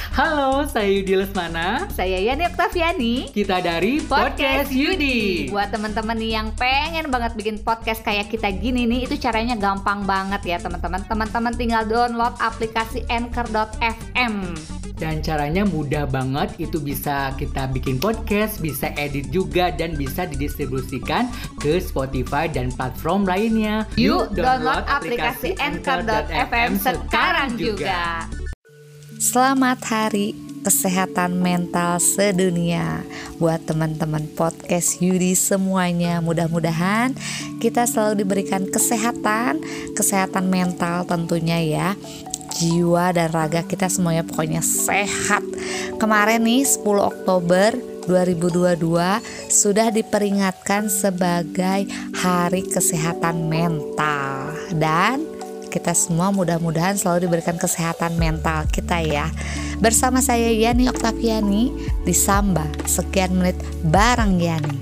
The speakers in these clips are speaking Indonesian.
Halo, saya Yudi Lesmana. Saya Yani Oktaviani. Kita dari Podcast Yudi. Buat teman-teman nih yang pengen banget bikin podcast kayak kita gini nih, itu caranya gampang banget ya teman-teman. Teman-teman tinggal download aplikasi Anchor.fm. Dan caranya mudah banget, itu bisa kita bikin podcast, bisa edit juga, dan bisa didistribusikan ke Spotify dan platform lainnya. Yuk download aplikasi Anchor.fm sekarang juga. Selamat Hari Kesehatan Mental Sedunia buat teman-teman podcast Yudi semuanya. Mudah-mudahan kita selalu diberikan kesehatan mental tentunya ya. Jiwa dan raga kita semuanya pokoknya sehat. Kemarin nih 10 Oktober 2022 sudah diperingatkan sebagai Hari Kesehatan Mental. Dan kita semua mudah-mudahan selalu diberikan kesehatan mental kita ya. Bersama saya Yani Oktaviani di Samba. Sekian menit bareng Yani.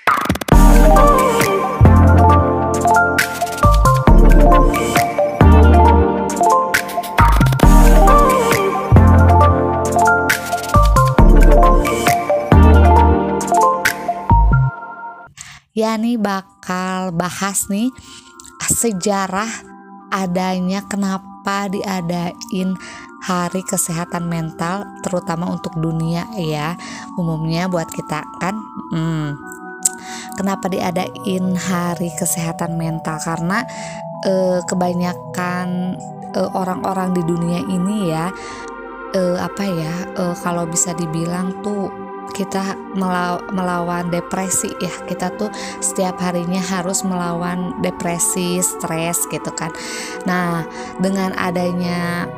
Yani bakal bahas nih sejarah adanya kenapa diadain Hari Kesehatan Mental, terutama untuk dunia ya. Umumnya buat kita kan kenapa diadain Hari Kesehatan Mental, karena kebanyakan orang-orang di dunia ini ya kalau bisa dibilang tuh kita melawan depresi ya. Kita tuh setiap harinya harus melawan depresi, stres gitu kan. Nah, dengan adanya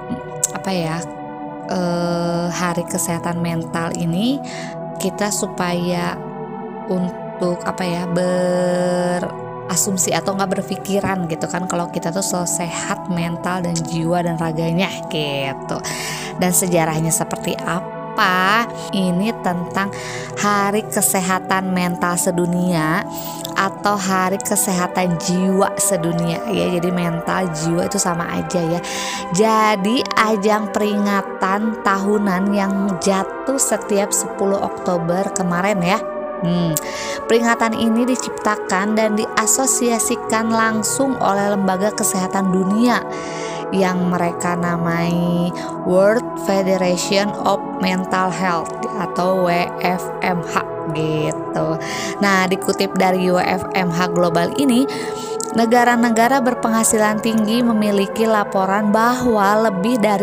Hari Kesehatan Mental ini, kita supaya untuk berasumsi atau nggak berpikiran gitu kan kalau kita tuh selalu sehat mental dan jiwa dan raganya gitu. Dan sejarahnya seperti apa? Ini tentang Hari Kesehatan Mental Sedunia atau Hari Kesehatan Jiwa Sedunia ya. Jadi mental jiwa itu sama aja ya. Jadi ajang peringatan tahunan yang jatuh setiap 10 Oktober kemarin ya. Peringatan ini diciptakan dan diasosiasikan langsung oleh Lembaga Kesehatan Dunia yang mereka namai World Federation of Mental Health atau WFMH gitu. Nah, dikutip dari WFMH Global ini, negara-negara berpenghasilan tinggi memiliki laporan bahwa lebih dari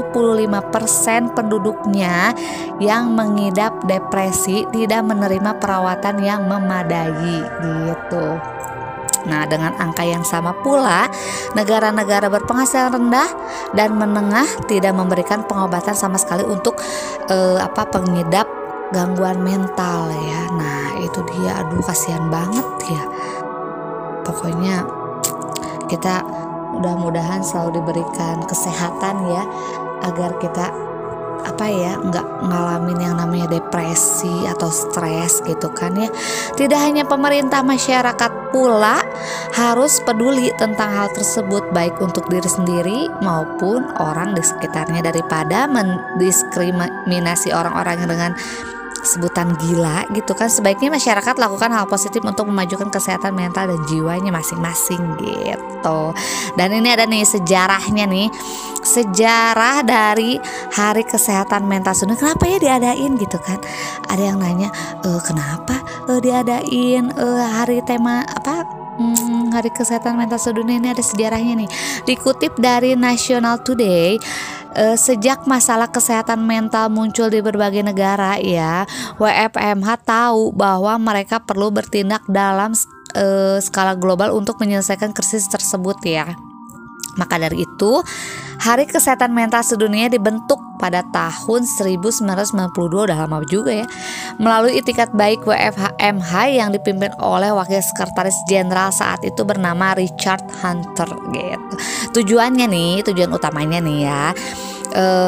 75% penduduknya yang mengidap depresi tidak menerima perawatan yang memadai gitu. Nah, dengan angka yang sama pula, negara-negara berpenghasilan rendah dan menengah tidak memberikan pengobatan sama sekali untuk pengidap gangguan mental ya. Nah, itu dia, aduh kasihan banget ya. Pokoknya kita mudah-mudahan selalu diberikan kesehatan ya, agar kita nggak ngalamin yang namanya depresi atau stres gitu kan ya. Tidak hanya pemerintah, masyarakat pula harus peduli tentang hal tersebut, baik untuk diri sendiri maupun orang di sekitarnya, daripada mendiskriminasi orang-orang yang dengan sebutan gila gitu kan. Sebaiknya masyarakat lakukan hal positif untuk memajukan kesehatan mental dan jiwanya masing-masing gitu. Dan ini ada nih sejarahnya nih, sejarah dari Hari Kesehatan Mental Sedunia. Kenapa ya diadain gitu kan? Ada yang nanya kenapa diadain hari tema Hari Kesehatan Mental Sedunia ini. Ada sejarahnya nih. Dikutip dari National Today, sejak masalah kesehatan mental muncul di berbagai negara ya, WFMH tahu bahwa mereka perlu bertindak dalam skala global untuk menyelesaikan krisis tersebut ya. Maka dari itu, Hari Kesehatan Mental Sedunia dibentuk pada tahun 1992, udah lama juga ya, melalui itikat baik WFMH yang dipimpin oleh Wakil Sekretaris Jenderal saat itu bernama Richard Hunter gitu. Tujuan utamanya nih ya,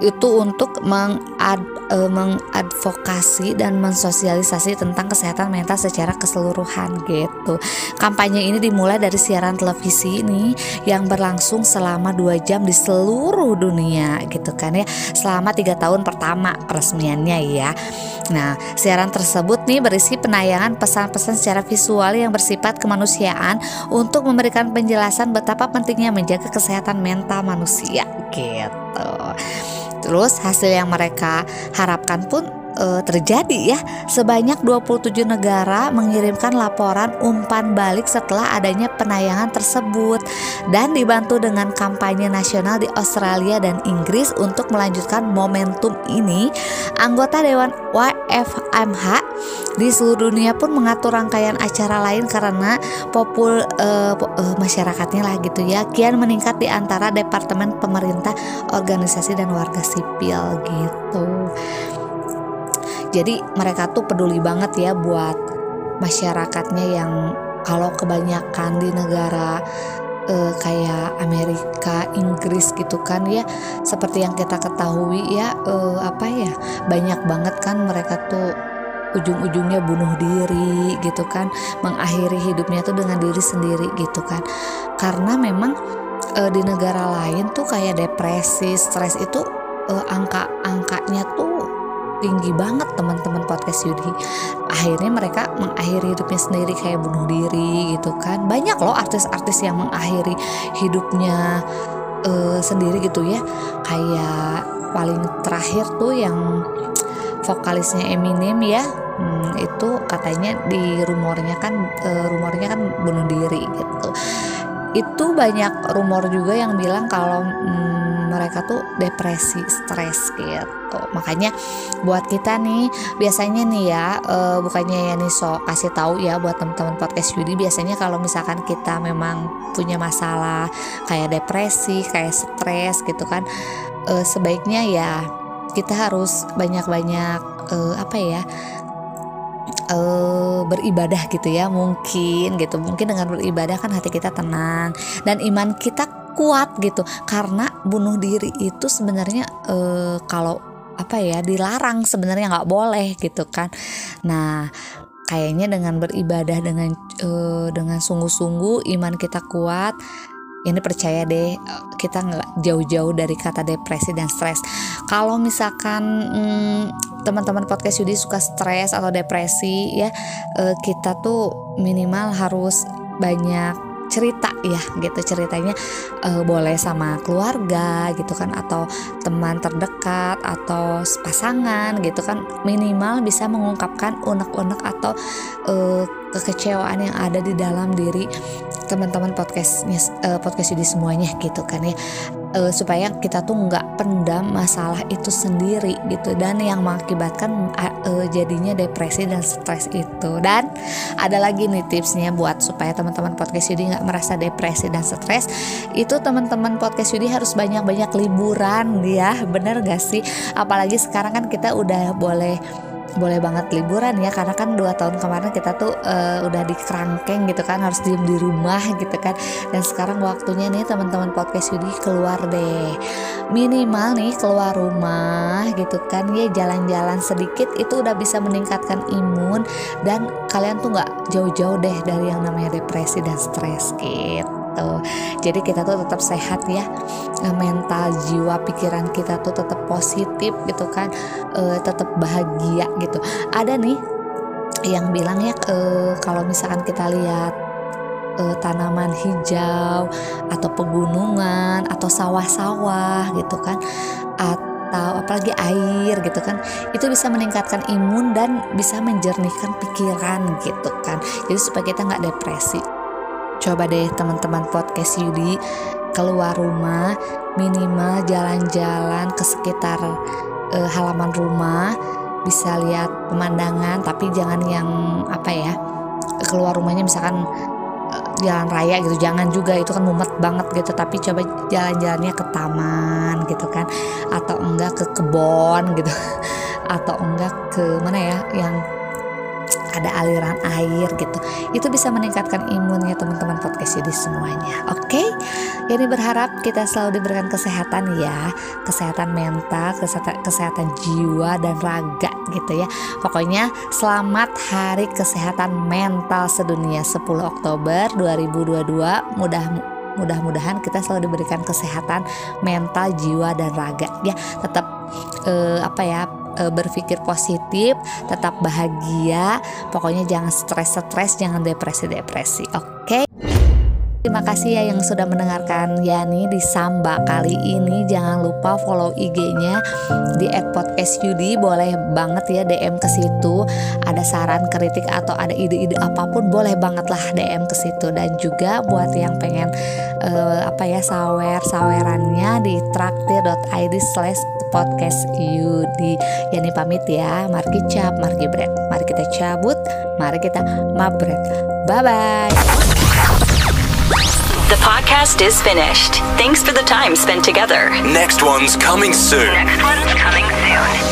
itu untuk mengadvokasi dan mensosialisasi tentang kesehatan mental secara keseluruhan gitu. Kampanye ini dimulai dari siaran televisi ini yang berlangsung selama 2 jam di seluruh dunia gitu kan ya, selama 3 tahun pertama peresmiannya ya. Nah, siaran tersebut nih berisi penayangan pesan-pesan secara visual yang bersifat kemanusiaan untuk memberikan penjelasan betapa pentingnya menjaga kesehatan mental manusia gitu. Terus hasil yang mereka harapkan pun terjadi ya. Sebanyak 27 negara mengirimkan laporan umpan balik setelah adanya penayangan tersebut, dan dibantu dengan kampanye nasional di Australia dan Inggris untuk melanjutkan momentum ini. Anggota Dewan WFMH di seluruh dunia pun mengatur rangkaian acara lain karena masyarakatnya lah gitu ya kian meningkat di antara departemen pemerintah, organisasi dan warga sipil gitu. Jadi mereka tuh peduli banget ya buat masyarakatnya yang kalau kebanyakan di negara kayak Amerika, Inggris gitu kan ya, seperti yang kita ketahui ya, banyak banget kan mereka tuh ujung-ujungnya bunuh diri gitu kan, mengakhiri hidupnya tuh dengan diri sendiri gitu kan, karena memang di negara lain tuh kayak depresi, stres itu angkanya tuh tinggi banget teman-teman podcast Yudi. Akhirnya mereka mengakhiri hidupnya sendiri kayak bunuh diri gitu kan. Banyak loh artis-artis yang mengakhiri hidupnya sendiri gitu ya. Kayak paling terakhir tuh yang vokalisnya Eminem ya, itu katanya rumornya kan bunuh diri gitu. Itu banyak rumor juga yang bilang kalau mereka tuh depresi, stres gitu. Makanya buat kita nih biasanya nih ya, bukannya ya nih kasih tahu ya buat teman-teman podcast Yudi, biasanya kalau misalkan kita memang punya masalah kayak depresi, kayak stres gitu kan, sebaiknya ya kita harus banyak-banyak beribadah gitu ya, mungkin dengan beribadah kan hati kita tenang dan iman kita kuat gitu. Karena bunuh diri itu sebenarnya kalau dilarang, sebenarnya nggak boleh gitu kan. Nah, kayaknya dengan beribadah dengan sungguh-sungguh, iman kita kuat, ini percaya deh kita nggak jauh-jauh dari kata depresi dan stres. Kalau misalkan teman-teman podcast Yudi suka stres atau depresi ya, kita tuh minimal harus banyak cerita ya gitu. Ceritanya boleh sama keluarga gitu kan, atau teman terdekat atau pasangan gitu kan, minimal bisa mengungkapkan unek-unek atau kekecewaan yang ada di dalam diri teman-teman podcast Yudi semuanya gitu kan ya, supaya kita tuh nggak pendam masalah itu sendiri gitu, dan yang mengakibatkan jadinya depresi dan stres itu. Dan ada lagi nih tipsnya buat supaya teman-teman podcast Yudi nggak merasa depresi dan stres. Itu teman-teman podcast Yudi harus banyak-banyak liburan ya, bener gak sih? Apalagi sekarang kan kita udah boleh banget liburan ya, karena kan 2 tahun kemarin kita tuh udah di kerangkeng gitu kan, harus diem di rumah gitu kan. Dan sekarang waktunya nih teman-teman podcast Yudi keluar deh, minimal nih keluar rumah gitu kan ya, jalan-jalan sedikit itu udah bisa meningkatkan imun, dan kalian tuh nggak jauh-jauh deh dari yang namanya depresi dan stres gitu. Jadi kita tuh tetap sehat ya, mental, jiwa, pikiran kita tuh tetap positif gitu kan, tetap bahagia gitu. Ada nih yang bilang ya, kalau misalkan kita lihat tanaman hijau atau pegunungan atau sawah-sawah gitu kan, atau apalagi air gitu kan, itu bisa meningkatkan imun dan bisa menjernihkan pikiran gitu kan. Jadi supaya kita nggak depresi. Coba deh teman-teman podcast Yudi keluar rumah, minimal jalan-jalan ke sekitar halaman rumah, bisa lihat pemandangan, tapi jangan yang keluar rumahnya misalkan jalan raya gitu, jangan juga, itu kan mumet banget gitu. Tapi coba jalan-jalannya ke taman gitu kan, atau enggak ke kebon gitu atau enggak ke mana ya yang ada aliran air gitu. Itu bisa meningkatkan imunnya teman-teman podcast Yudi semuanya. Oke? Yani berharap kita selalu diberikan kesehatan ya, kesehatan mental, kesehatan jiwa dan raga gitu ya. Pokoknya selamat Hari Kesehatan Mental Sedunia 10 Oktober 2022. Mudah-mudahan kita selalu diberikan kesehatan mental, jiwa dan raga ya. Tetap berpikir positif, tetap bahagia. Pokoknya jangan stres, jangan depresi. Oke. Terima kasih ya yang sudah mendengarkan Yani di Samba kali ini. Jangan lupa follow IG-nya di @podcastyudi. Boleh banget ya DM ke situ. Ada saran, kritik atau ada ide-ide apapun boleh banget lah DM ke situ. Dan juga buat yang pengen sawerannya di traktir.id/podcastyudi. Yani pamit ya. Mari bread. Mari kita cabut. Mari kita mabret. Bye bye. The podcast is finished. Thanks for the time spent together. Next one's coming soon.